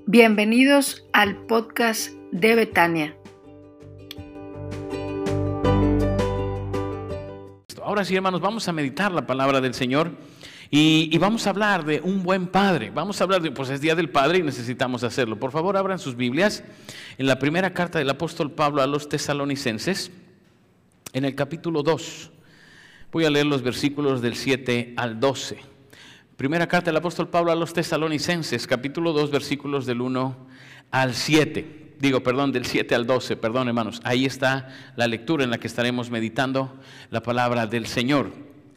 Bienvenidos al podcast de Betania. Ahora sí, hermanos, vamos a meditar la palabra del Señor y vamos a hablar de un buen padre. Vamos a hablar de, pues es Día del Padre y necesitamos hacerlo. Por favor, abran sus Biblias en la primera carta del apóstol Pablo a los tesalonicenses, en el capítulo 2. Voy a leer los versículos del 7 al 12. Primera carta del apóstol Pablo a los tesalonicenses, capítulo 2, versículos del 1 al 7. Del 7 al 12, perdón hermanos. Ahí está la lectura en la que estaremos meditando la palabra del Señor.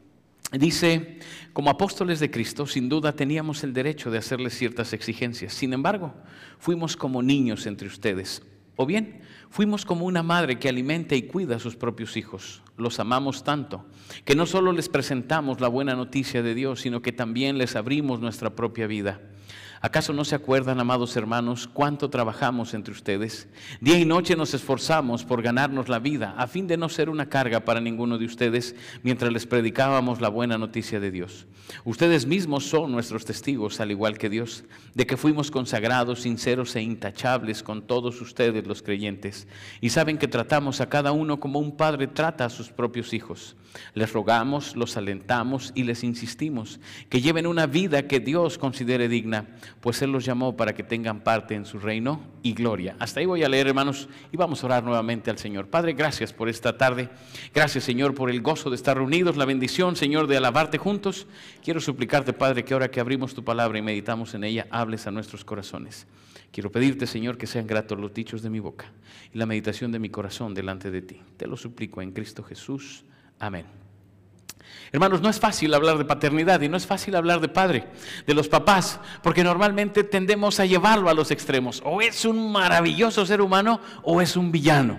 Dice: como apóstoles de Cristo, sin duda teníamos el derecho de hacerles ciertas exigencias. Sin embargo, fuimos como niños entre ustedes. O bien, fuimos como una madre que alimenta y cuida a sus propios hijos. Los amamos tanto que no solo les presentamos la buena noticia de Dios, sino que también les abrimos nuestra propia vida. ¿Acaso no se acuerdan, amados hermanos, cuánto trabajamos entre ustedes? Día y noche nos esforzamos por ganarnos la vida, a fin de no ser una carga para ninguno de ustedes, mientras les predicábamos la buena noticia de Dios. Ustedes mismos son nuestros testigos, al igual que Dios, de que fuimos consagrados, sinceros e intachables con todos ustedes los creyentes. Y saben que tratamos a cada uno como un padre trata a sus propios hijos. Les rogamos, los alentamos y les insistimos que lleven una vida que Dios considere digna, pues Él los llamó para que tengan parte en su reino y gloria. Hasta ahí voy a leer, hermanos, y vamos a orar nuevamente al Señor. Padre, gracias por esta tarde. Gracias, Señor, por el gozo de estar reunidos, la bendición, Señor, de alabarte juntos. Quiero suplicarte, Padre, que ahora que abrimos tu palabra y meditamos en ella, hables a nuestros corazones. Quiero pedirte, Señor, que sean gratos los dichos de mi boca y la meditación de mi corazón delante de ti. Te lo suplico en Cristo Jesús. Amén. Hermanos, no es fácil hablar de paternidad y no es fácil hablar de padre, de los papás, porque normalmente tendemos a llevarlo a los extremos. O es un maravilloso ser humano o es un villano.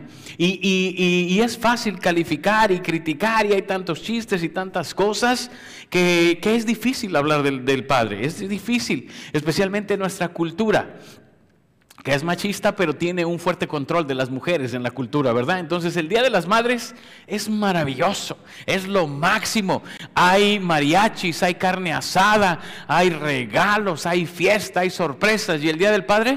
Y es fácil calificar y criticar, y hay tantos chistes y tantas cosas que es difícil hablar del padre. Es difícil, especialmente en nuestra cultura, que es machista, pero tiene un fuerte control de las mujeres en la cultura, ¿verdad? Entonces el Día de las Madres es maravilloso, es lo máximo. Hay mariachis, hay carne asada, hay regalos, hay fiesta, hay sorpresas. ¿Y el Día del Padre?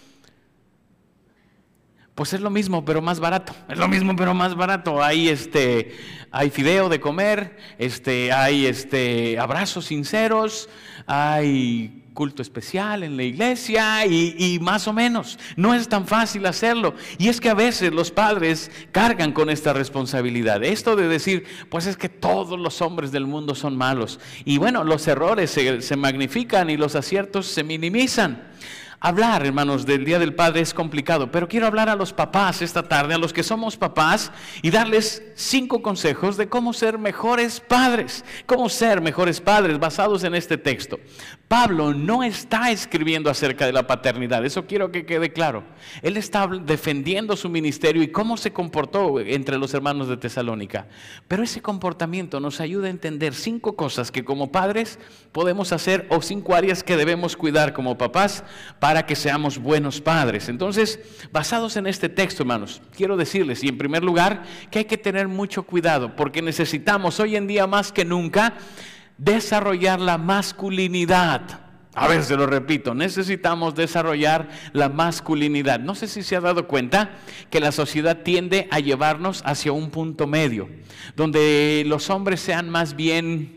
Pues es lo mismo, pero más barato. Es lo mismo, pero más barato. Hay fideo de comer, hay abrazos sinceros, hay culto especial en la iglesia y más o menos. No es tan fácil hacerlo. Y es que a veces los padres cargan con esta responsabilidad. Esto de decir, pues es que todos los hombres del mundo son malos. Y bueno, los errores se magnifican y los aciertos se minimizan. Hablar, hermanos, del Día del Padre es complicado, pero quiero hablar a los papás esta tarde, a los que somos papás, y darles 5 consejos de cómo ser mejores padres. Cómo ser mejores padres basados en este texto. Pablo no está escribiendo acerca de la paternidad, eso quiero que quede claro. Él está defendiendo su ministerio y cómo se comportó entre los hermanos de Tesalónica. Pero ese comportamiento nos ayuda a entender 5 cosas que como padres podemos hacer, o 5 áreas que debemos cuidar como papás para que seamos buenos padres. Entonces, basados en este texto, hermanos, quiero decirles, y en primer lugar, que hay que tener mucho cuidado, porque necesitamos hoy en día más que nunca desarrollar la masculinidad. A ver, se lo repito, necesitamos desarrollar la masculinidad. No sé si se ha dado cuenta que la sociedad tiende a llevarnos hacia un punto medio, donde los hombres sean más bien,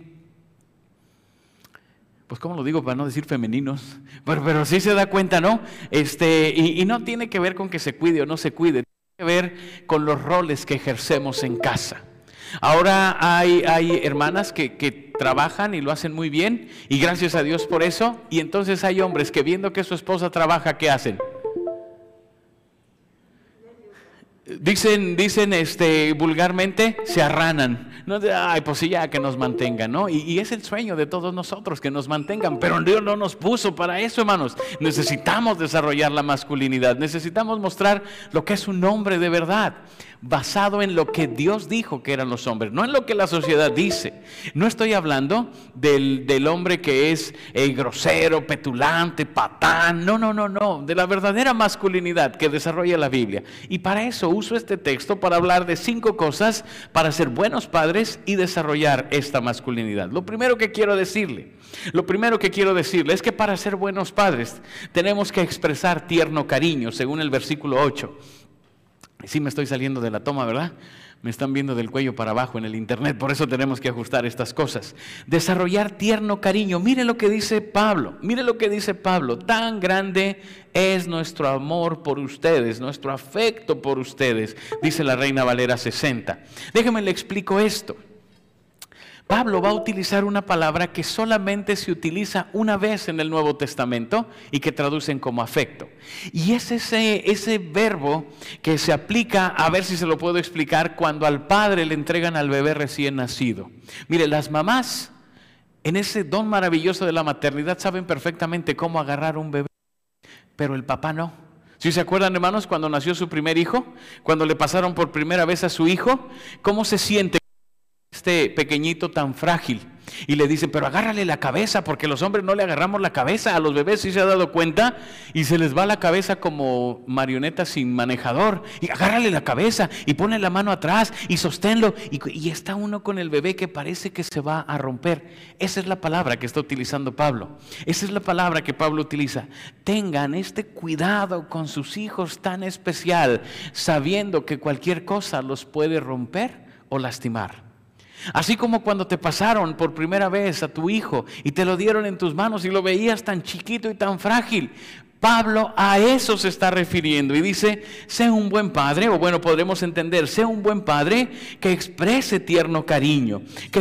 pues ¿cómo lo digo para no decir femeninos? Pero sí se da cuenta, ¿no? Y no tiene que ver con que se cuide o no se cuide, tiene que ver con los roles que ejercemos en casa. Ahora hay hermanas que trabajan y lo hacen muy bien, y gracias a Dios por eso. Y entonces hay hombres que, viendo que su esposa trabaja, ¿qué hacen? Dicen vulgarmente, se arranan. No, ay, pues sí, ya que nos mantengan, ¿no? Y es el sueño de todos nosotros, que nos mantengan, pero Dios no nos puso para eso, hermanos. Necesitamos desarrollar la masculinidad, necesitamos mostrar lo que es un hombre de verdad. basado en lo que Dios dijo que eran los hombres, no en lo que la sociedad dice. No estoy hablando del hombre que es grosero, petulante, patán, no, de la verdadera masculinidad que desarrolla la Biblia. Y para eso uso este texto para hablar de 5 cosas para ser buenos padres y desarrollar esta masculinidad. Lo primero que quiero decirle es que para ser buenos padres tenemos que expresar tierno cariño, según el versículo 8. Sí me estoy saliendo de la toma, ¿verdad? Me están viendo del cuello para abajo en el internet, por eso tenemos que ajustar estas cosas. Desarrollar tierno cariño. Mire lo que dice Pablo, tan grande es nuestro amor por ustedes, nuestro afecto por ustedes, dice la Reina Valera 60. Déjenme le explico esto. Pablo va a utilizar una palabra que solamente se utiliza una vez en el Nuevo Testamento y que traducen como afecto. Y es ese verbo que se aplica, a ver si se lo puedo explicar, cuando al padre le entregan al bebé recién nacido. Mire, las mamás en ese don maravilloso de la maternidad saben perfectamente cómo agarrar un bebé, pero el papá no. ¿Sí se acuerdan, hermanos, cuando nació su primer hijo? Cuando le pasaron por primera vez a su hijo, ¿cómo se siente este pequeñito tan frágil? Y le dicen, pero agárrale la cabeza, porque los hombres no le agarramos la cabeza a los bebés, ¿sí se ha dado cuenta? Y se les va la cabeza como marioneta sin manejador. Y agárrale la cabeza y ponle la mano atrás y sosténlo. Y está uno con el bebé que parece que se va a romper. Esa es la palabra que está utilizando Pablo. Esa es la palabra que Pablo utiliza. Tengan este cuidado con sus hijos tan especial, sabiendo que cualquier cosa los puede romper o lastimar. Así como cuando te pasaron por primera vez a tu hijo y te lo dieron en tus manos y lo veías tan chiquito y tan frágil. Pablo a eso se está refiriendo y dice, sé un buen padre, o bueno, podremos entender, sé un buen padre que exprese tierno cariño,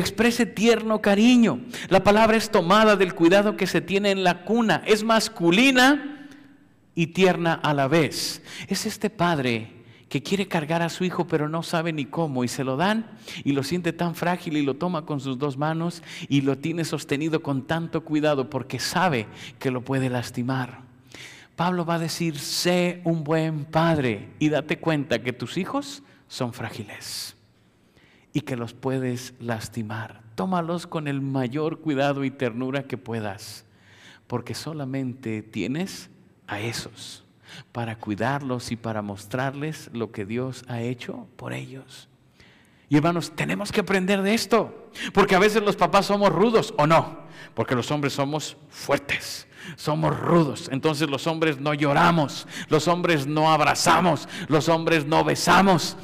La palabra es tomada del cuidado que se tiene en la cuna, es masculina y tierna a la vez. Es este padre que quiere cargar a su hijo pero no sabe ni cómo, y se lo dan y lo siente tan frágil y lo toma con sus 2 manos y lo tiene sostenido con tanto cuidado porque sabe que lo puede lastimar. Pablo va a decir, sé un buen padre y date cuenta que tus hijos son frágiles y que los puedes lastimar. Tómalos con el mayor cuidado y ternura que puedas, porque solamente tienes a esos para cuidarlos y para mostrarles lo que Dios ha hecho por ellos. Y hermanos, tenemos que aprender de esto, porque a veces los papás somos rudos, ¿o no? Porque los hombres somos fuertes, somos rudos. Entonces los hombres no lloramos, los hombres no abrazamos, los hombres no besamos.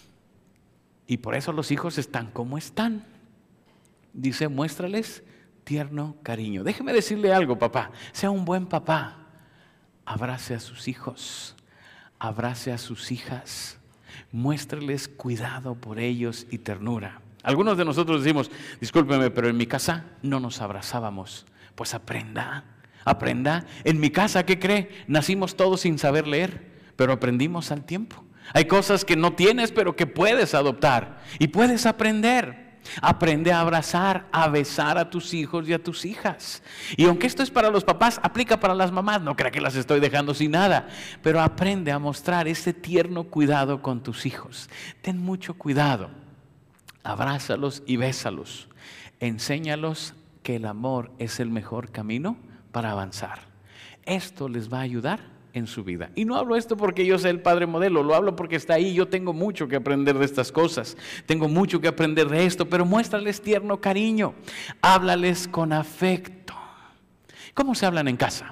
Y por eso los hijos están como están. Dice, muéstrales tierno cariño. Déjeme decirle algo, papá, sea un buen papá. Abrace a sus hijos, abrace a sus hijas, muéstreles cuidado por ellos y ternura. Algunos de nosotros decimos, discúlpeme, pero en mi casa no nos abrazábamos. Pues aprenda. En mi casa, ¿qué cree? Nacimos todos sin saber leer, pero aprendimos al tiempo. Hay cosas que no tienes, pero que puedes adoptar y puedes aprender. Aprende a abrazar, a besar a tus hijos y a tus hijas. Y aunque esto es para los papás, aplica para las mamás. No crea que las estoy dejando sin nada, pero aprende a mostrar ese tierno cuidado con tus hijos. Ten mucho cuidado. Abrázalos y bésalos. Enséñalos que el amor es el mejor camino para avanzar. Esto les va a ayudar en su vida. Y no hablo esto porque yo sea el padre modelo, lo hablo porque está ahí. Yo tengo mucho que aprender de estas cosas, tengo mucho que aprender de esto, pero muéstrales tierno cariño, háblales con afecto. ¿Cómo se hablan en casa?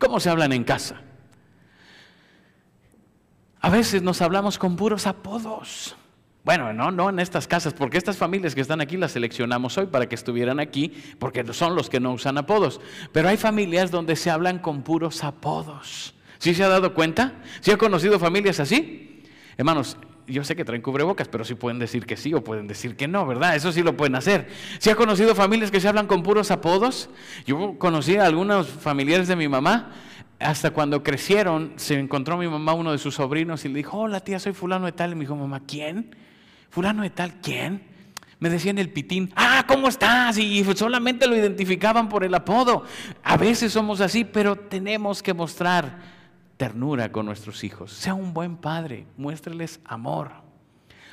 A veces nos hablamos con puros apodos. Bueno, no en estas casas, porque estas familias que están aquí las seleccionamos hoy para que estuvieran aquí, porque son los que no usan apodos. Pero hay familias donde se hablan con puros apodos. ¿Sí se ha dado cuenta? ¿Sí ha conocido familias así? Hermanos, yo sé que traen cubrebocas, pero sí pueden decir que sí o pueden decir que no, ¿verdad? Eso sí lo pueden hacer. ¿Sí ha conocido familias que se hablan con puros apodos? Yo conocí a algunos familiares de mi mamá. Hasta cuando crecieron, se encontró mi mamá uno de sus sobrinos y le dijo, hola tía, soy fulano de tal. Y me dijo, mamá, ¿quién? ¿Fulano de tal? ¿Quién? Me decían el Pitín. ¿Cómo estás? Y solamente lo identificaban por el apodo. A veces somos así, pero tenemos que mostrar ternura con nuestros hijos. Sea un buen padre, muéstreles amor.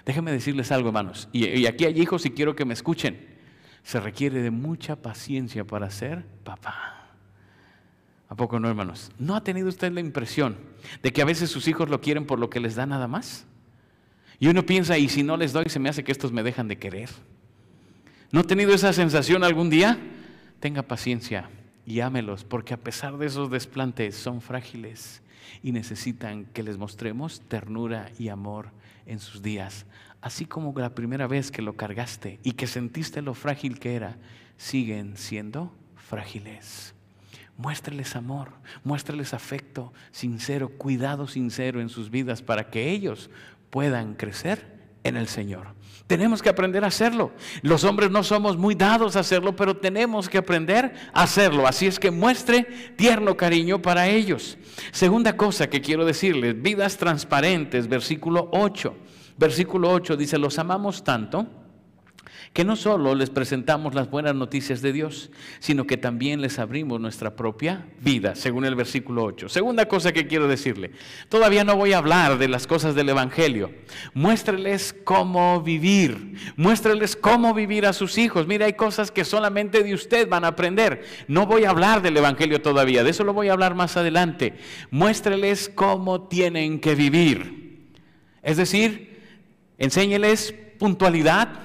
Déjenme decirles algo, hermanos, y aquí hay hijos y quiero que me escuchen. Se requiere de mucha paciencia para ser papá. ¿A poco no, hermanos? ¿No ha tenido usted la impresión de que a veces sus hijos lo quieren por lo que les da nada más? Y uno piensa, y si no les doy, se me hace que estos me dejan de querer. ¿No ha tenido esa sensación algún día? Tenga paciencia y ámelos, porque a pesar de esos desplantes son frágiles y necesitan que les mostremos ternura y amor en sus días. Así como la primera vez que lo cargaste y que sentiste lo frágil que era, siguen siendo frágiles. Muéstreles amor, muéstreles afecto sincero, cuidado sincero en sus vidas para que ellos puedan crecer en el Señor. Tenemos que aprender a hacerlo. Los hombres no somos muy dados a hacerlo, pero tenemos que aprender a hacerlo. Así es que muestre tierno cariño para ellos. Segunda cosa que quiero decirles, vidas transparentes, versículo 8. Versículo 8 dice, los amamos tanto que no solo les presentamos las buenas noticias de Dios, sino que también les abrimos nuestra propia vida, según el versículo 8. Segunda cosa que quiero decirle, todavía no voy a hablar de las cosas del Evangelio. Muéstreles cómo vivir a sus hijos. Mira, hay cosas que solamente de usted van a aprender. No voy a hablar del Evangelio todavía, de eso lo voy a hablar más adelante. Muéstreles cómo tienen que vivir. Es decir, enséñeles puntualidad.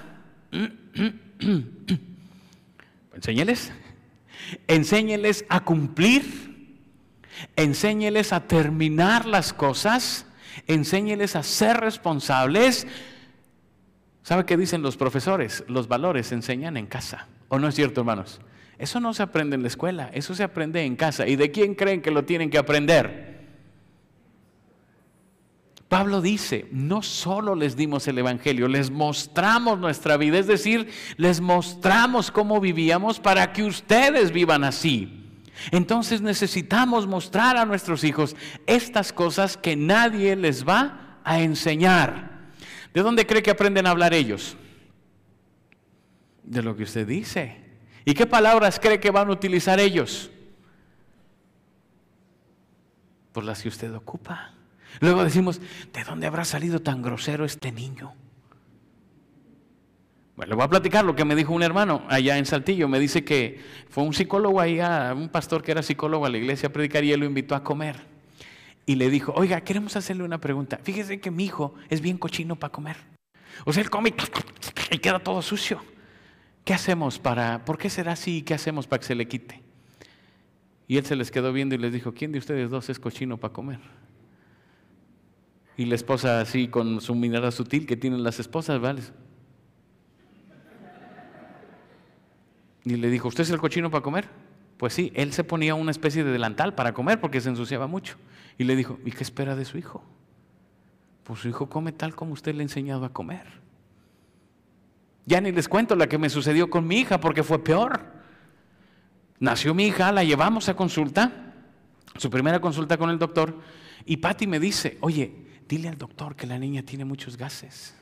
Enséñeles a cumplir, enséñeles a terminar las cosas, enséñeles a ser responsables. ¿Sabe qué dicen los profesores? Los valores se enseñan en casa. ¿O no es cierto, hermanos? Eso no se aprende en la escuela, eso se aprende en casa. ¿Y de quién creen que lo tienen que aprender? Pablo dice, no solo les dimos el Evangelio, les mostramos nuestra vida, es decir, les mostramos cómo vivíamos para que ustedes vivan así. Entonces necesitamos mostrar a nuestros hijos estas cosas que nadie les va a enseñar. ¿De dónde cree que aprenden a hablar ellos? De lo que usted dice. ¿Y qué palabras cree que van a utilizar ellos? Por las que usted ocupa. Luego decimos, ¿de dónde habrá salido tan grosero este niño? Bueno, le voy a platicar lo que me dijo un hermano allá en Saltillo. Me dice que fue un psicólogo allá, un pastor que era psicólogo a la iglesia a predicar, y él lo invitó a comer. Y le dijo, oiga, queremos hacerle una pregunta. Fíjese que mi hijo es bien cochino para comer. O sea, él come y queda todo sucio. ¿Qué hacemos por qué será así? ¿Qué hacemos para que se le quite? Y él se les quedó viendo y les dijo, ¿quién de ustedes dos es cochino para comer? Y la esposa así con su mirada sutil que tienen las esposas, ¿vale? Y le dijo, ¿usted es el cochino para comer? Pues sí, él se ponía una especie de delantal para comer porque se ensuciaba mucho. Y le dijo, ¿y qué espera de su hijo? Pues su hijo come tal como usted le ha enseñado a comer. Ya ni les cuento la que me sucedió con mi hija porque fue peor. Nació mi hija, la llevamos a consulta, su primera consulta con el doctor, y Patty me dice, oye, dile al doctor que la niña tiene muchos gases.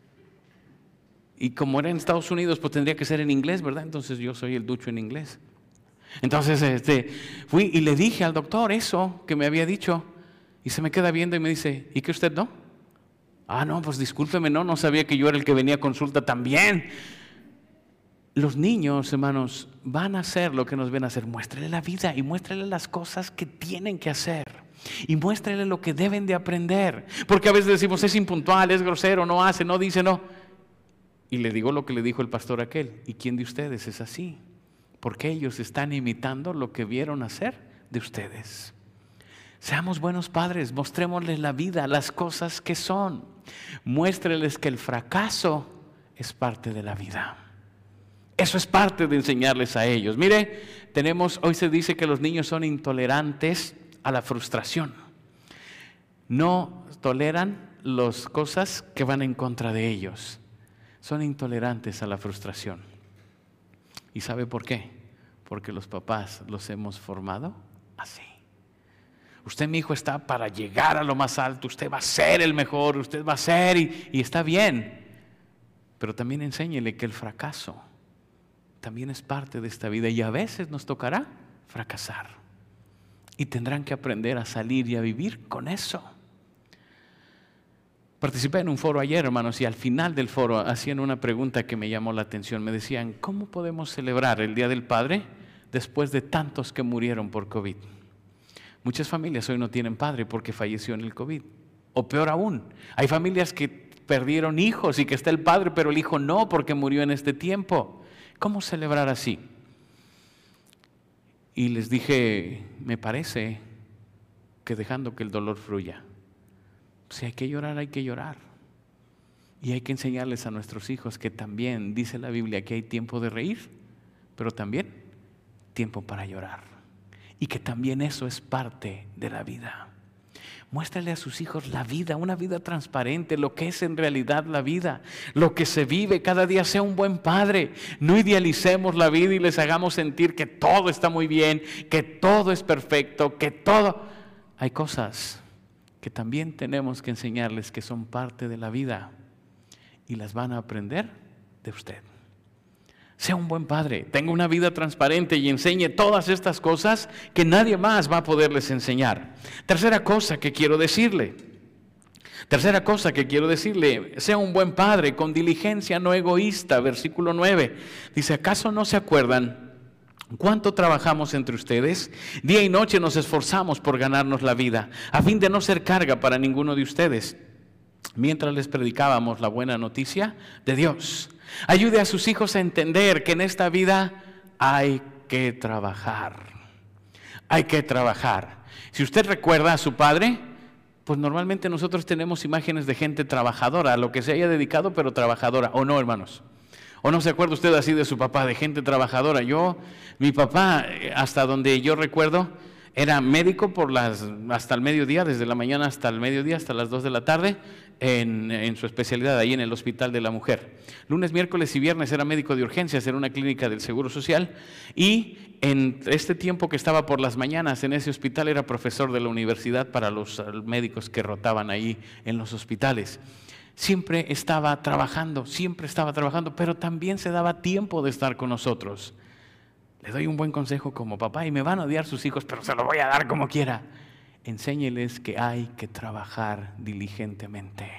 Y como era en Estados Unidos, pues tendría que ser en inglés, ¿verdad? Entonces yo soy el ducho en inglés. Entonces fui y le dije al doctor eso que me había dicho. Y se me queda viendo y me dice, ¿y que usted no? Ah, no, pues discúlpeme, no sabía que yo era el que venía a consulta también. Los niños, hermanos, van a hacer lo que nos ven a hacer. Muéstrele la vida y muéstrele las cosas que tienen que hacer. Y muéstrele lo que deben de aprender. Porque a veces decimos, es impuntual, es grosero, no hace, no dice, no. Y le digo lo que le dijo el pastor aquel. ¿Y quién de ustedes es así? Porque ellos están imitando lo que vieron hacer de ustedes. Seamos buenos padres, mostrémosles la vida, las cosas que son. Muéstreles que el fracaso es parte de la vida. Eso es parte de enseñarles a ellos. Mire, hoy se dice que los niños son intolerantes a la frustración. No toleran las cosas que van en contra de ellos. Son intolerantes a la frustración. ¿Y sabe por qué? Porque los papás los hemos formado así. Usted, mi hijo, está para llegar a lo más alto. Usted va a ser el mejor. Usted va a ser y está bien. Pero también enséñele que el fracaso también es parte de esta vida. Y a veces nos tocará fracasar. Y tendrán que aprender a salir y a vivir con eso. Participé en un foro ayer, hermanos, y al final del foro hacían una pregunta que me llamó la atención. Me decían, ¿cómo podemos celebrar el Día del Padre después de tantos que murieron por COVID? Muchas familias hoy no tienen padre porque falleció en el COVID. O peor aún, hay familias que perdieron hijos y que está el padre, pero el hijo no porque murió en este tiempo. ¿Cómo celebrar así? Y les dije, me parece que dejando que el dolor fluya. Si hay que llorar, hay que llorar. Y hay que enseñarles a nuestros hijos que también, dice la Biblia, que hay tiempo de reír, pero también tiempo para llorar. Y que también eso es parte de la vida. Muéstrale a sus hijos la vida, una vida transparente, lo que es en realidad la vida, lo que se vive cada día. Sea un buen padre. No idealicemos la vida y les hagamos sentir que todo está muy bien, que todo es perfecto, que todo... Hay cosas que también tenemos que enseñarles que son parte de la vida y las van a aprender de usted. Sea un buen padre, tenga una vida transparente y enseñe todas estas cosas que nadie más va a poderles enseñar. Tercera cosa que quiero decirle, sea un buen padre con diligencia no egoísta. Versículo 9, dice, ¿acaso no se acuerdan cuánto trabajamos entre ustedes? Día y noche nos esforzamos por ganarnos la vida, a fin de no ser carga para ninguno de ustedes, mientras les predicábamos la buena noticia de Dios. Ayude a sus hijos a entender que en esta vida hay que trabajar. Hay que trabajar. Si usted recuerda a su padre, pues normalmente nosotros tenemos imágenes de gente trabajadora, a lo que se haya dedicado, pero trabajadora, ¿o no, hermanos? ¿O no se acuerda usted así de su papá, de gente trabajadora? Mi papá, hasta donde yo recuerdo, era médico hasta el mediodía, desde la mañana hasta el mediodía, hasta las 2 de la tarde, en su especialidad, ahí en el Hospital de la Mujer. Lunes, miércoles y viernes era médico de urgencias en una clínica del Seguro Social, y en este tiempo que estaba por las mañanas en ese hospital era profesor de la universidad para los médicos que rotaban ahí en los hospitales. Siempre estaba trabajando, pero también se daba tiempo de estar con nosotros. Le doy un buen consejo como papá y me van a odiar sus hijos, pero se lo voy a dar como quiera. Enséñeles que hay que trabajar diligentemente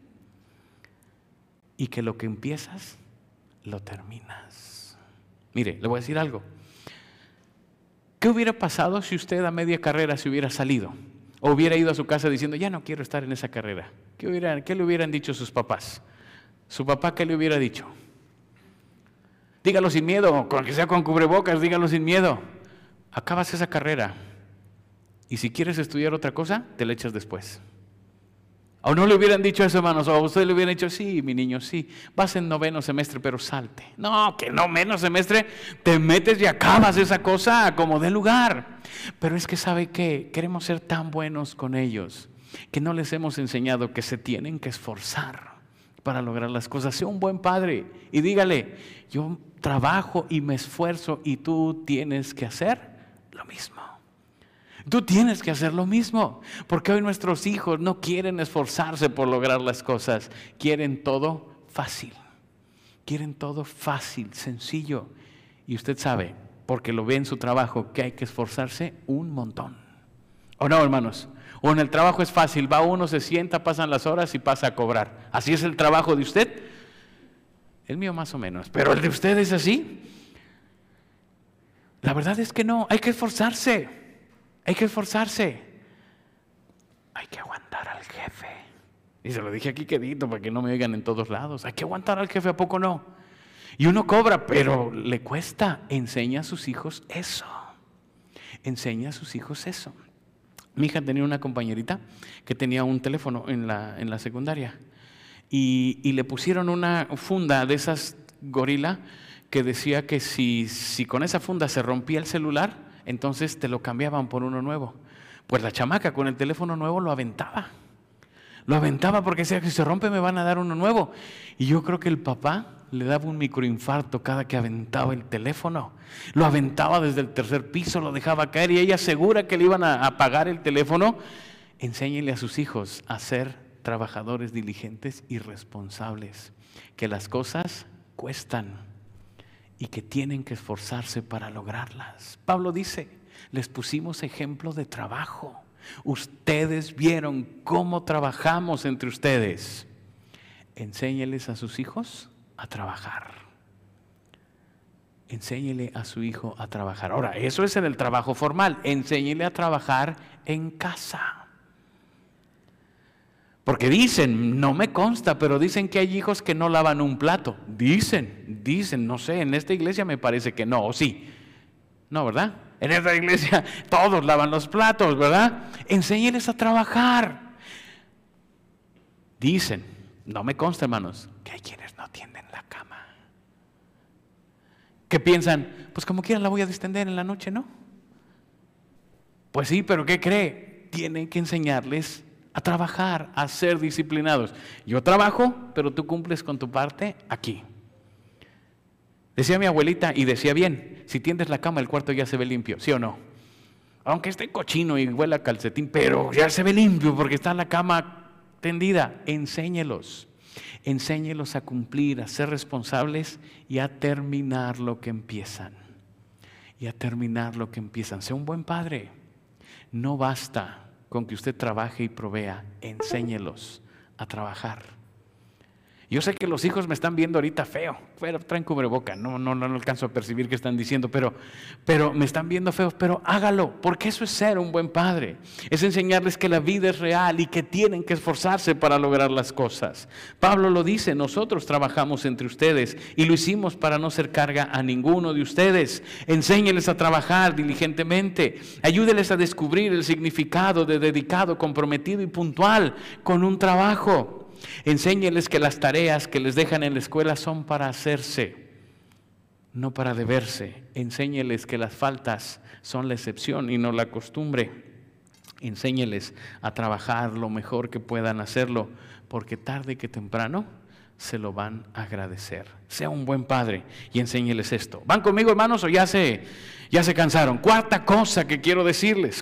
y que lo que empiezas, lo terminas. Mire, le voy a decir algo. ¿Qué hubiera pasado si usted a media carrera se hubiera salido? O hubiera ido a su casa diciendo, ya no quiero estar en esa carrera. ¿Qué le hubieran dicho sus papás? ¿Su papá qué le hubiera dicho? Dígalo sin miedo, que sea con cubrebocas, dígalo sin miedo. Acabas esa carrera y si quieres estudiar otra cosa, te la echas después. ¿O no le hubieran dicho eso, hermanos? ¿O a usted le hubieran dicho, sí, mi niño, sí, vas en 9º semestre, pero salte? No, que 9º semestre, te metes y acabas esa cosa como de lugar. Pero es que ¿sabe qué? Queremos ser tan buenos con ellos que no les hemos enseñado que se tienen que esforzar para lograr las cosas. Sea un buen padre y dígale, yo trabajo y me esfuerzo y tú tienes que hacer lo mismo. Tú tienes que hacer lo mismo, porque hoy nuestros hijos no quieren esforzarse por lograr las cosas, quieren todo fácil, sencillo. Y usted sabe, porque lo ve en su trabajo, que hay que esforzarse un montón. ¿O no, hermanos? O en el trabajo es fácil, va uno, se sienta, pasan las horas y pasa a cobrar. ¿Así es el trabajo de usted? El mío más o menos, pero el de usted es así. La verdad es que no, hay que esforzarse. Hay que aguantar al jefe. Y se lo dije aquí quedito para que no me oigan en todos lados. Hay que aguantar al jefe, ¿a poco no? Y uno cobra, pero le cuesta. Enseña a sus hijos eso. Mi hija tenía una compañerita que tenía un teléfono en la secundaria. Y le pusieron una funda de esas gorila que decía que si con esa funda se rompía el celular, entonces te lo cambiaban por uno nuevo. Pues la chamaca con el teléfono nuevo lo aventaba porque decía que si se rompe me van a dar uno nuevo. Y yo creo que el papá le daba un microinfarto cada que aventaba el teléfono. Lo aventaba desde el 3er piso, lo dejaba caer y ella segura que le iban a apagar el teléfono. Enséñenle a sus hijos a ser trabajadores diligentes y responsables, que las cosas cuestan y que tienen que esforzarse para lograrlas. Pablo dice, les pusimos ejemplo de trabajo. Ustedes vieron cómo trabajamos entre ustedes. Enséñeles a sus hijos a trabajar. Enséñele a su hijo a trabajar. Ahora, eso es en el trabajo formal. Enséñele a trabajar en casa. Porque dicen, no me consta, pero dicen que hay hijos que no lavan un plato. Dicen, no sé, en esta iglesia me parece que no, o sí. No, ¿verdad? En esta iglesia todos lavan los platos, ¿verdad? Enséñeles a trabajar. Dicen, no me consta, hermanos, que hay quienes no tienden la cama. Que piensan, pues como quiera la voy a distender en la noche, ¿no? Pues sí, pero ¿qué cree? Tienen que enseñarles a trabajar, a ser disciplinados. Yo trabajo, pero tú cumples con tu parte aquí. Decía mi abuelita, y decía bien, si tiendes la cama el cuarto ya se ve limpio, ¿sí o no? Aunque esté cochino y huela a calcetín, pero ya se ve limpio porque está la cama tendida. Enséñelos a cumplir, a ser responsables y a terminar lo que empiezan. Sea un buen padre. No basta con que usted trabaje y provea, enséñelos a trabajar. Yo sé que los hijos me están viendo ahorita feo, pero traen cubreboca, no alcanzo a percibir qué están diciendo, pero me están viendo feos, pero hágalo, porque eso es ser un buen padre, es enseñarles que la vida es real y que tienen que esforzarse para lograr las cosas. Pablo lo dice, nosotros trabajamos entre ustedes y lo hicimos para no ser carga a ninguno de ustedes. Enséñeles a trabajar diligentemente, ayúdeles a descubrir el significado de dedicado, comprometido y puntual con un trabajo. Enséñeles que las tareas que les dejan en la escuela son para hacerse, no para deberse. Enséñeles que las faltas son la excepción y no la costumbre. Enséñeles a trabajar lo mejor que puedan hacerlo, porque tarde que temprano se lo van a agradecer. Sea un buen padre y enséñeles esto. ¿Van conmigo, hermanos, o ya se cansaron? Cuarta cosa que quiero decirles.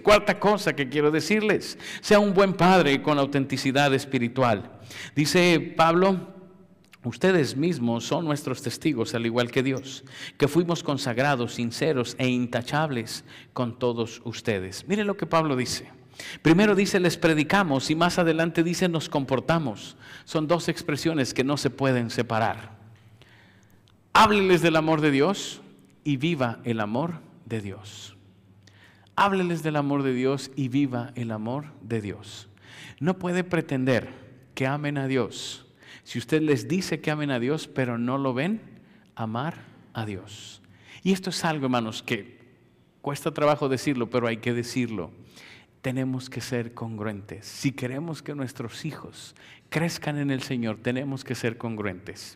Sea un buen padre con autenticidad espiritual. Dice Pablo, ustedes mismos son nuestros testigos, al igual que Dios, que fuimos consagrados, sinceros e intachables con todos ustedes. Miren lo que Pablo dice. Primero dice, les predicamos, y más adelante dice, nos comportamos. Son dos expresiones que no se pueden separar. Hábleles del amor de Dios y viva el amor de Dios. Hábleles del amor de Dios y viva el amor de Dios. No puede pretender que amen a Dios si usted les dice que amen a Dios, pero no lo ven amar a Dios. Y esto es algo, hermanos, que cuesta trabajo decirlo, pero hay que decirlo. Tenemos que ser congruentes. Si queremos que nuestros hijos crezcan en el Señor, tenemos que ser congruentes.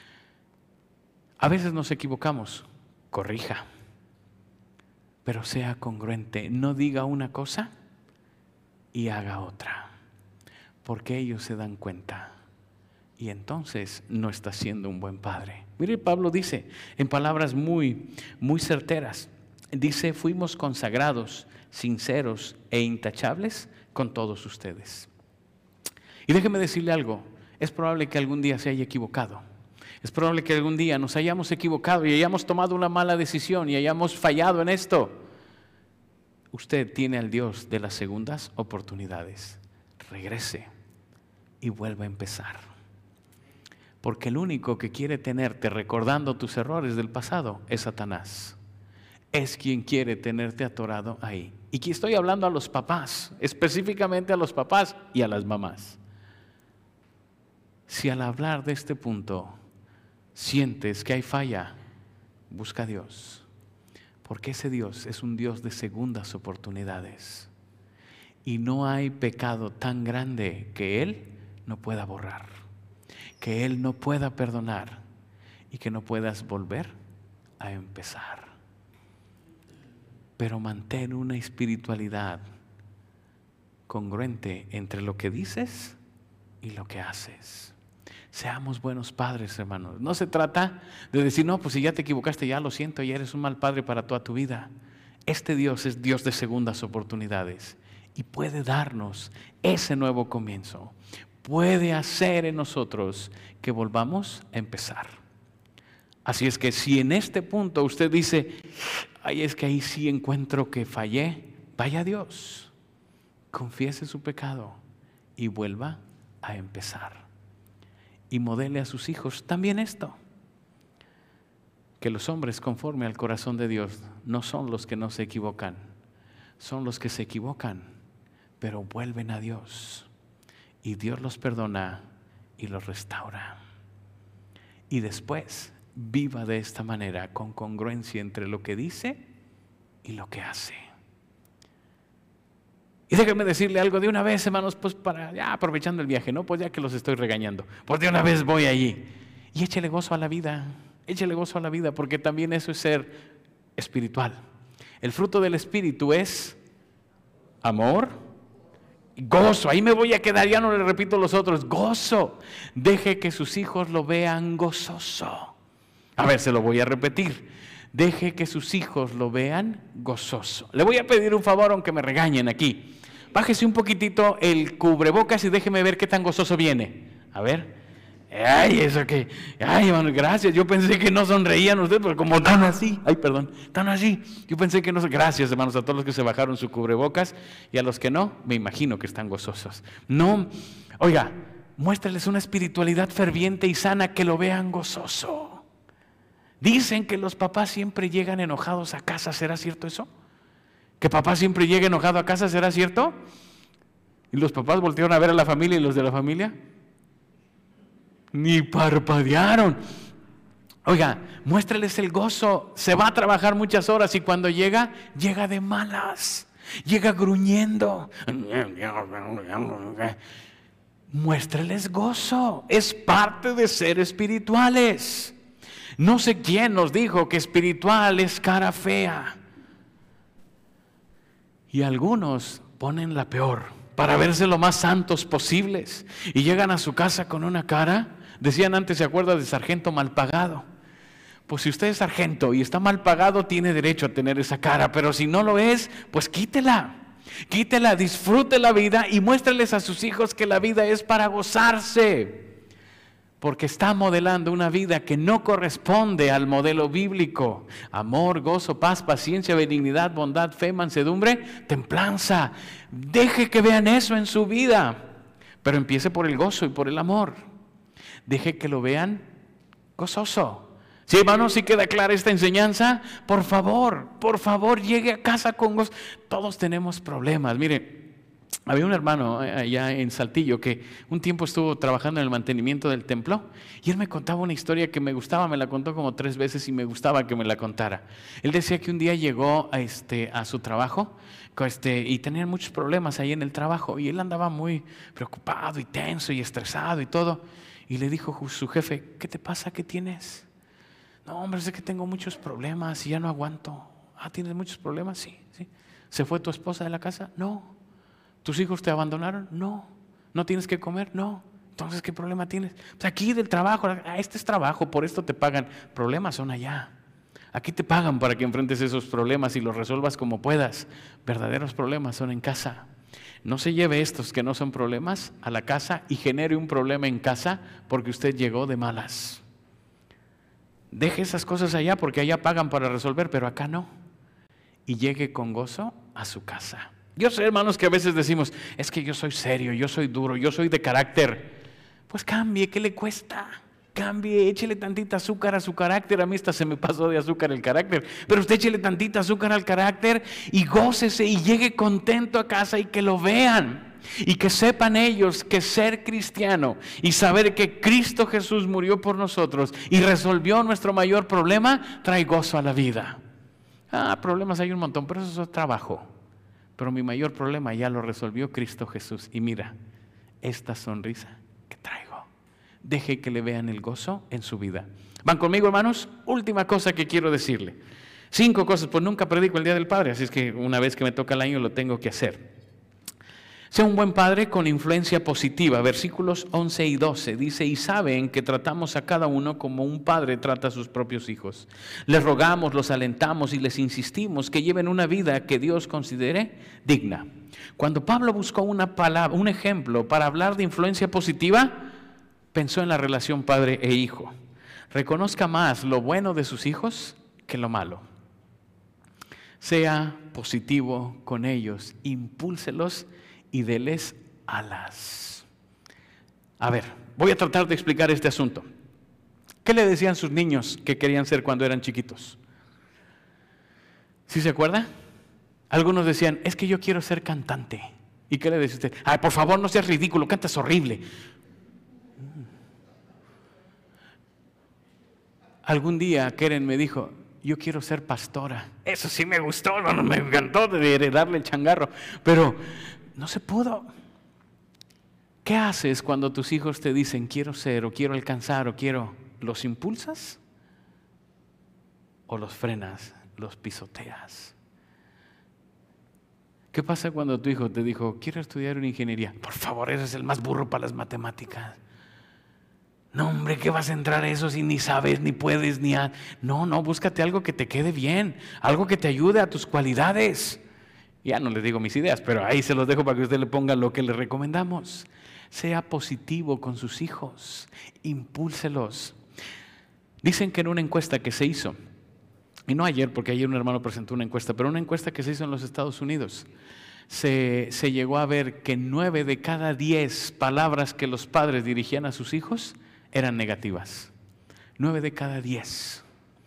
A veces nos equivocamos, corrija, pero sea congruente. No diga una cosa y haga otra, porque ellos se dan cuenta y entonces no está siendo un buen padre. Mire, Pablo dice en palabras muy certeras, dice, fuimos consagrados, sinceros e intachables con todos ustedes. Y déjeme decirle algo, es probable que algún día se haya equivocado. Es probable que algún día nos hayamos equivocado y hayamos tomado una mala decisión y hayamos fallado en esto. Usted tiene al Dios de las segundas oportunidades. Regrese y vuelva a empezar. Porque el único que quiere tenerte recordando tus errores del pasado es Satanás. Es quien quiere tenerte atorado ahí. Y aquí estoy hablando a los papás, específicamente a los papás y a las mamás. Si al hablar de este punto sientes que hay falla, busca a Dios. Porque ese Dios es un Dios de segundas oportunidades. Y no hay pecado tan grande que Él no pueda borrar, que Él no pueda perdonar y que no puedas volver a empezar. Pero mantén una espiritualidad congruente entre lo que dices y lo que haces. Seamos buenos padres, hermanos. No se trata de decir, no, pues si ya te equivocaste, ya lo siento, ya eres un mal padre para toda tu vida. Este Dios es Dios de segundas oportunidades y puede darnos ese nuevo comienzo. Puede hacer en nosotros que volvamos a empezar. Así es que si en este punto usted dice, ay, es que ahí sí encuentro que fallé, vaya a Dios. confiese su pecado y vuelva a empezar. Y modele a sus hijos también esto, que los hombres conforme al corazón de Dios no son los que no se equivocan, son los que se equivocan, pero vuelven a Dios. Y Dios los perdona y los restaura. Y después viva de esta manera, con congruencia entre lo que dice y lo que hace. Y déjenme decirle algo de una vez, hermanos, pues para ya aprovechando el viaje, ¿no? Pues ya que los estoy regañando, pues de una vez voy allí. Y échele gozo a la vida, échele gozo a la vida, porque también eso es ser espiritual. El fruto del Espíritu es amor, gozo. Ahí me voy a quedar, ya no le repito los otros. Gozo. Deje que sus hijos lo vean gozoso. A ver, se lo voy a repetir. Deje que sus hijos lo vean gozoso. Le voy a pedir un favor, aunque me regañen aquí. Bájese un poquitito el cubrebocas y déjeme ver qué tan gozoso viene. A ver. Ay, eso que, ay, hermano, gracias. Yo pensé que no sonreían ustedes, pero como tan así, ay, perdón, tan así. Yo pensé que no. Gracias, hermanos, a todos los que se bajaron su cubrebocas y a los que no, me imagino que están gozosos. No, oiga, muéstrales una espiritualidad ferviente y sana, que lo vean gozoso. Dicen que los papás siempre llegan enojados a casa, ¿será cierto eso? ¿Que papá siempre llega enojado a casa, será cierto? ¿Y los papás voltearon a ver a la familia y los de la familia? Ni parpadearon. Oiga, muéstrales el gozo. Se va a trabajar muchas horas y cuando llega, llega de malas, llega gruñendo. Muéstrales gozo. Es parte de ser espirituales. No sé quién nos dijo que espiritual es cara fea. Y algunos ponen la peor para verse lo más santos posibles y llegan a su casa con una cara. Decían antes, ¿se acuerda de sargento mal pagado? Pues si usted es sargento y está mal pagado, tiene derecho a tener esa cara, pero si no lo es, pues quítela, disfrute la vida y muéstreles a sus hijos que la vida es para gozarse, porque está modelando una vida que no corresponde al modelo bíblico. Amor, gozo, paz, paciencia, benignidad, bondad, fe, mansedumbre, templanza. Deje que vean eso en su vida, pero empiece por el gozo y por el amor. Deje que lo vean gozoso. ¿Sí, hermano? ¿Sí queda clara esta enseñanza? Por favor, llegue a casa con gozo. Todos tenemos problemas. Mire, había un hermano allá en Saltillo que un tiempo estuvo trabajando en el mantenimiento del templo y él me contaba una historia que me gustaba, me la contó como 3 veces y me gustaba que me la contara. Él decía que un día llegó a su trabajo y tenían muchos problemas ahí en el trabajo y él andaba muy preocupado y tenso y estresado y todo. Y le dijo su jefe, ¿qué te pasa? ¿Qué tienes? No, hombre, es que tengo muchos problemas y ya no aguanto. Ah, ¿tienes muchos problemas? Sí. ¿Se fue tu esposa de la casa? No. ¿Tus hijos te abandonaron? No. ¿No tienes que comer? No. Entonces, ¿qué problema tienes? Pues aquí del trabajo, este es trabajo, por esto te pagan. Problemas son allá. Aquí te pagan para que enfrentes esos problemas y los resuelvas como puedas. Verdaderos problemas son en casa. No se lleve estos que no son problemas a la casa y genere un problema en casa porque usted llegó de malas. Deje esas cosas allá porque allá pagan para resolver, pero acá no. Y llegue con gozo a su casa. Yo sé, hermanos, que a veces decimos, es que yo soy serio, yo soy duro, yo soy de carácter. Pues cambie, ¿qué le cuesta? Cambie, échele tantita azúcar a su carácter. A mí hasta se me pasó de azúcar el carácter, pero usted échele tantita azúcar al carácter y gócese y llegue contento a casa y que lo vean. Y que sepan ellos que ser cristiano y saber que Cristo Jesús murió por nosotros y resolvió nuestro mayor problema, trae gozo a la vida. Problemas hay un montón, pero eso es trabajo. Pero mi mayor problema ya lo resolvió Cristo Jesús. Y mira, esta sonrisa que traigo. Deje que le vean el gozo en su vida. ¿Van conmigo, hermanos? Última cosa que quiero decirle. 5 cosas, pues nunca predico el Día del Padre, así es que una vez que me toca el año lo tengo que hacer. Sea un buen padre con influencia positiva. Versículos 11 y 12 dice, y saben que tratamos a cada uno como un padre trata a sus propios hijos. Les rogamos, los alentamos y les insistimos que lleven una vida que Dios considere digna. Cuando Pablo buscó una palabra, un ejemplo para hablar de influencia positiva, pensó en la relación padre e hijo. Reconozca más lo bueno de sus hijos que lo malo. Sea positivo con ellos, impúlselos y deles alas. A ver, voy a tratar de explicar este asunto. ¿Qué le decían sus niños que querían ser cuando eran chiquitos? ¿Sí se acuerda? Algunos decían, es que yo quiero ser cantante. ¿Y qué le decía usted? Ay, por favor, no seas ridículo, cantas horrible. Algún día Keren me dijo, yo quiero ser pastora. Eso sí me gustó, no, me encantó de heredarle el changarro, pero no se pudo. ¿Qué haces cuando tus hijos te dicen, quiero ser, o quiero alcanzar, o quiero? ¿Los impulsas? ¿O los frenas, los pisoteas? ¿Qué pasa cuando tu hijo te dijo, quiero estudiar una ingeniería? Por favor, eres el más burro para las matemáticas. No, hombre, ¿qué vas a entrar a eso si ni sabes, ni puedes, ni... No, búscate algo que te quede bien, algo que te ayude a tus cualidades. Ya no les digo mis ideas, pero ahí se los dejo para que usted le ponga lo que le recomendamos. Sea positivo con sus hijos, impúlselos. Dicen que en una encuesta que se hizo, y no ayer, porque ayer un hermano presentó una encuesta, pero una encuesta que se hizo en los Estados Unidos, se llegó a ver que 9 de cada 10 palabras que los padres dirigían a sus hijos eran negativas. 9 de cada 10.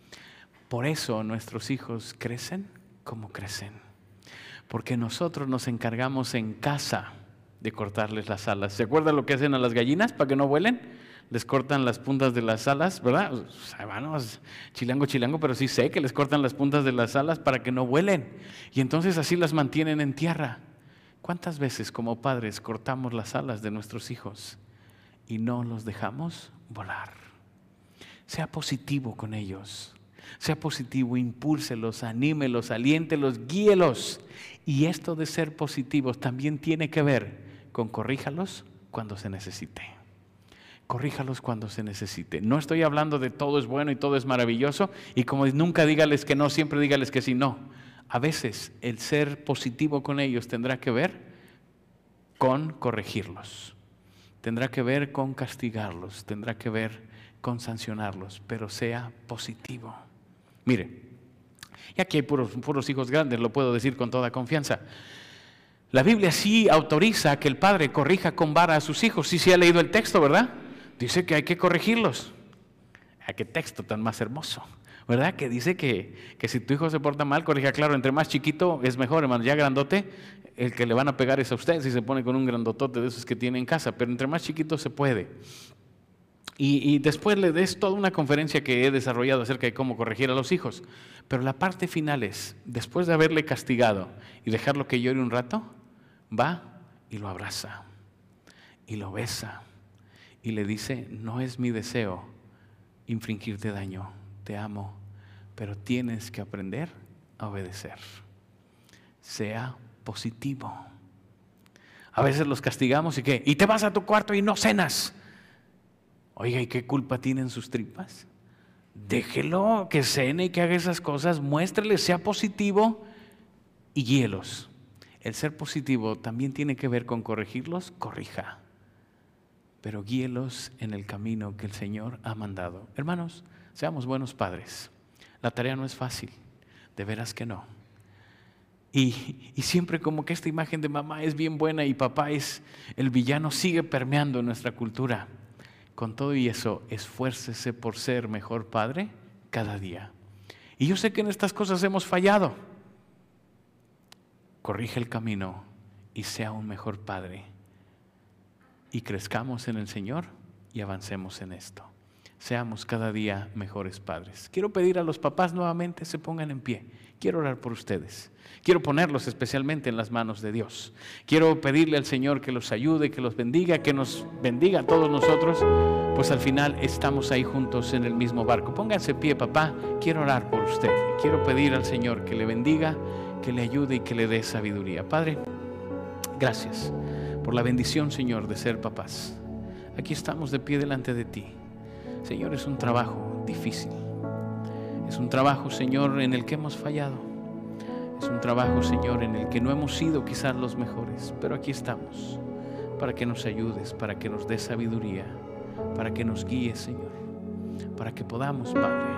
Por eso nuestros hijos crecen como crecen. Porque nosotros nos encargamos en casa de cortarles las alas. ¿Se acuerdan lo que hacen a las gallinas para que no vuelen? Les cortan las puntas de las alas, ¿verdad? O sea, bueno, chilango, pero sí sé que les cortan las puntas de las alas para que no vuelen. Y entonces así las mantienen en tierra. ¿Cuántas veces como padres cortamos las alas de nuestros hijos y no los dejamos volar? Sea positivo con ellos. Sea positivo, impúlselos, anímelos, aliéntelos, guíelos. Y esto de ser positivos también tiene que ver con corríjalos cuando se necesite. Corríjalos cuando se necesite. No estoy hablando de todo es bueno y todo es maravilloso. Y como nunca dígales que no, siempre dígales que sí, no. A veces el ser positivo con ellos tendrá que ver con corregirlos. Tendrá que ver con castigarlos. Tendrá que ver con sancionarlos. Pero sea positivo. Mire, y aquí hay puros hijos grandes, lo puedo decir con toda confianza. La Biblia sí autoriza que el padre corrija con vara a sus hijos. Sí ha leído el texto, ¿verdad? Dice que hay que corregirlos. ¿Qué texto tan más hermoso? ¿Verdad? Que dice que si tu hijo se porta mal, corrija. Claro, entre más chiquito es mejor, hermano. Ya grandote, el que le van a pegar es a usted si se pone con un grandotote de esos que tiene en casa. Pero entre más chiquito se puede. Y después le des toda una conferencia que he desarrollado acerca de cómo corregir a los hijos. Pero la parte final es, después de haberle castigado y dejarlo que llore un rato, va y lo abraza y lo besa y le dice, no es mi deseo infringirte daño, te amo, pero tienes que aprender a obedecer. Sea positivo. A veces los castigamos y ¿qué? Y te vas a tu cuarto y no cenas. Oiga, ¿y qué culpa tienen sus tripas? Déjelo que cene y que haga esas cosas, muéstrele, sea positivo y guíelos. El ser positivo también tiene que ver con corregirlos, corrija, pero guíelos en el camino que el Señor ha mandado. Hermanos, seamos buenos padres. La tarea no es fácil, de veras que no. Y siempre como que esta imagen de mamá es bien buena y papá es el villano, sigue permeando en nuestra cultura. Con todo y eso, esfuércese por ser mejor padre cada día. Y yo sé que en estas cosas hemos fallado. Corrige el camino y sea un mejor padre. Y crezcamos en el Señor y avancemos en esto. Seamos cada día mejores padres. Quiero pedir a los papás nuevamente se pongan en pie. Quiero orar por ustedes. Quiero ponerlos especialmente en las manos de Dios. Quiero pedirle al Señor que los ayude, que los bendiga, que nos bendiga a todos nosotros, pues al final estamos ahí juntos en el mismo barco. Pónganse en pie, papá. Quiero orar por usted. Quiero pedir al Señor que le bendiga, que le ayude y que le dé sabiduría. Padre, gracias por la bendición, Señor, de ser papás. Aquí estamos de pie delante de ti. Señor, es un trabajo difícil. Es un trabajo, Señor, en el que hemos fallado. Es un trabajo, Señor, en el que no hemos sido quizás los mejores. Pero aquí estamos para que nos ayudes, para que nos des sabiduría, para que nos guíes, Señor. Para que podamos, Padre,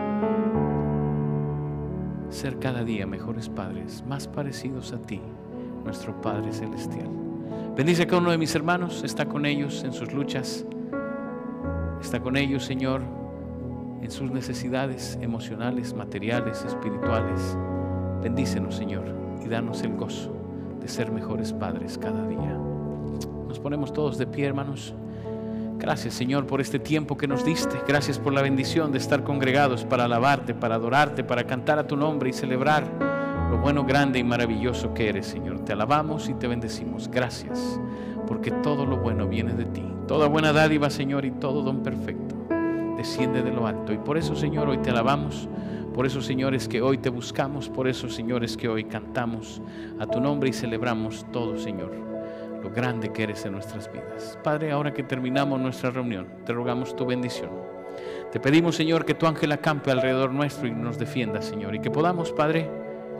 ser cada día mejores padres, más parecidos a ti, nuestro Padre Celestial. Bendice a cada uno de mis hermanos, está con ellos en sus luchas, está con ellos, Señor, en sus necesidades emocionales, materiales, espirituales. Bendícenos, Señor, y danos el gozo de ser mejores padres cada día. Nos ponemos todos de pie, hermanos. Gracias, Señor, por este tiempo que nos diste. Gracias por la bendición de estar congregados para alabarte, para adorarte, para cantar a tu nombre y celebrar lo bueno, grande y maravilloso que eres, Señor. Te alabamos y te bendecimos. Gracias, porque todo lo bueno viene de ti. Toda buena dádiva, Señor, y todo don perfecto desciende de lo alto. Y por eso, Señor, hoy te alabamos. Por eso, señores, que hoy te buscamos. Por eso, señores, que hoy cantamos a tu nombre y celebramos todo, Señor, lo grande que eres en nuestras vidas. Padre, ahora que terminamos nuestra reunión, te rogamos tu bendición. Te pedimos, Señor, que tu ángel acampe alrededor nuestro y nos defienda, Señor, y que podamos, Padre,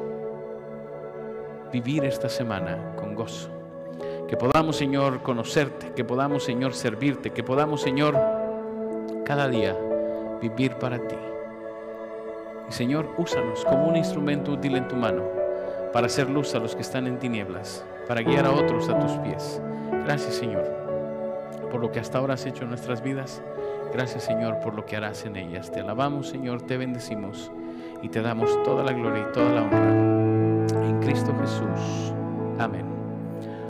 vivir esta semana con gozo. Que podamos, Señor, conocerte, que podamos, Señor, servirte, que podamos, Señor, cada día vivir para ti. Y, Señor, úsanos como un instrumento útil en tu mano para hacer luz a los que están en tinieblas, para guiar a otros a tus pies. Gracias, Señor, por lo que hasta ahora has hecho en nuestras vidas. Gracias, Señor, por lo que harás en ellas. Te alabamos, Señor, te bendecimos y te damos toda la gloria y toda la honra. En Cristo Jesús. Amén.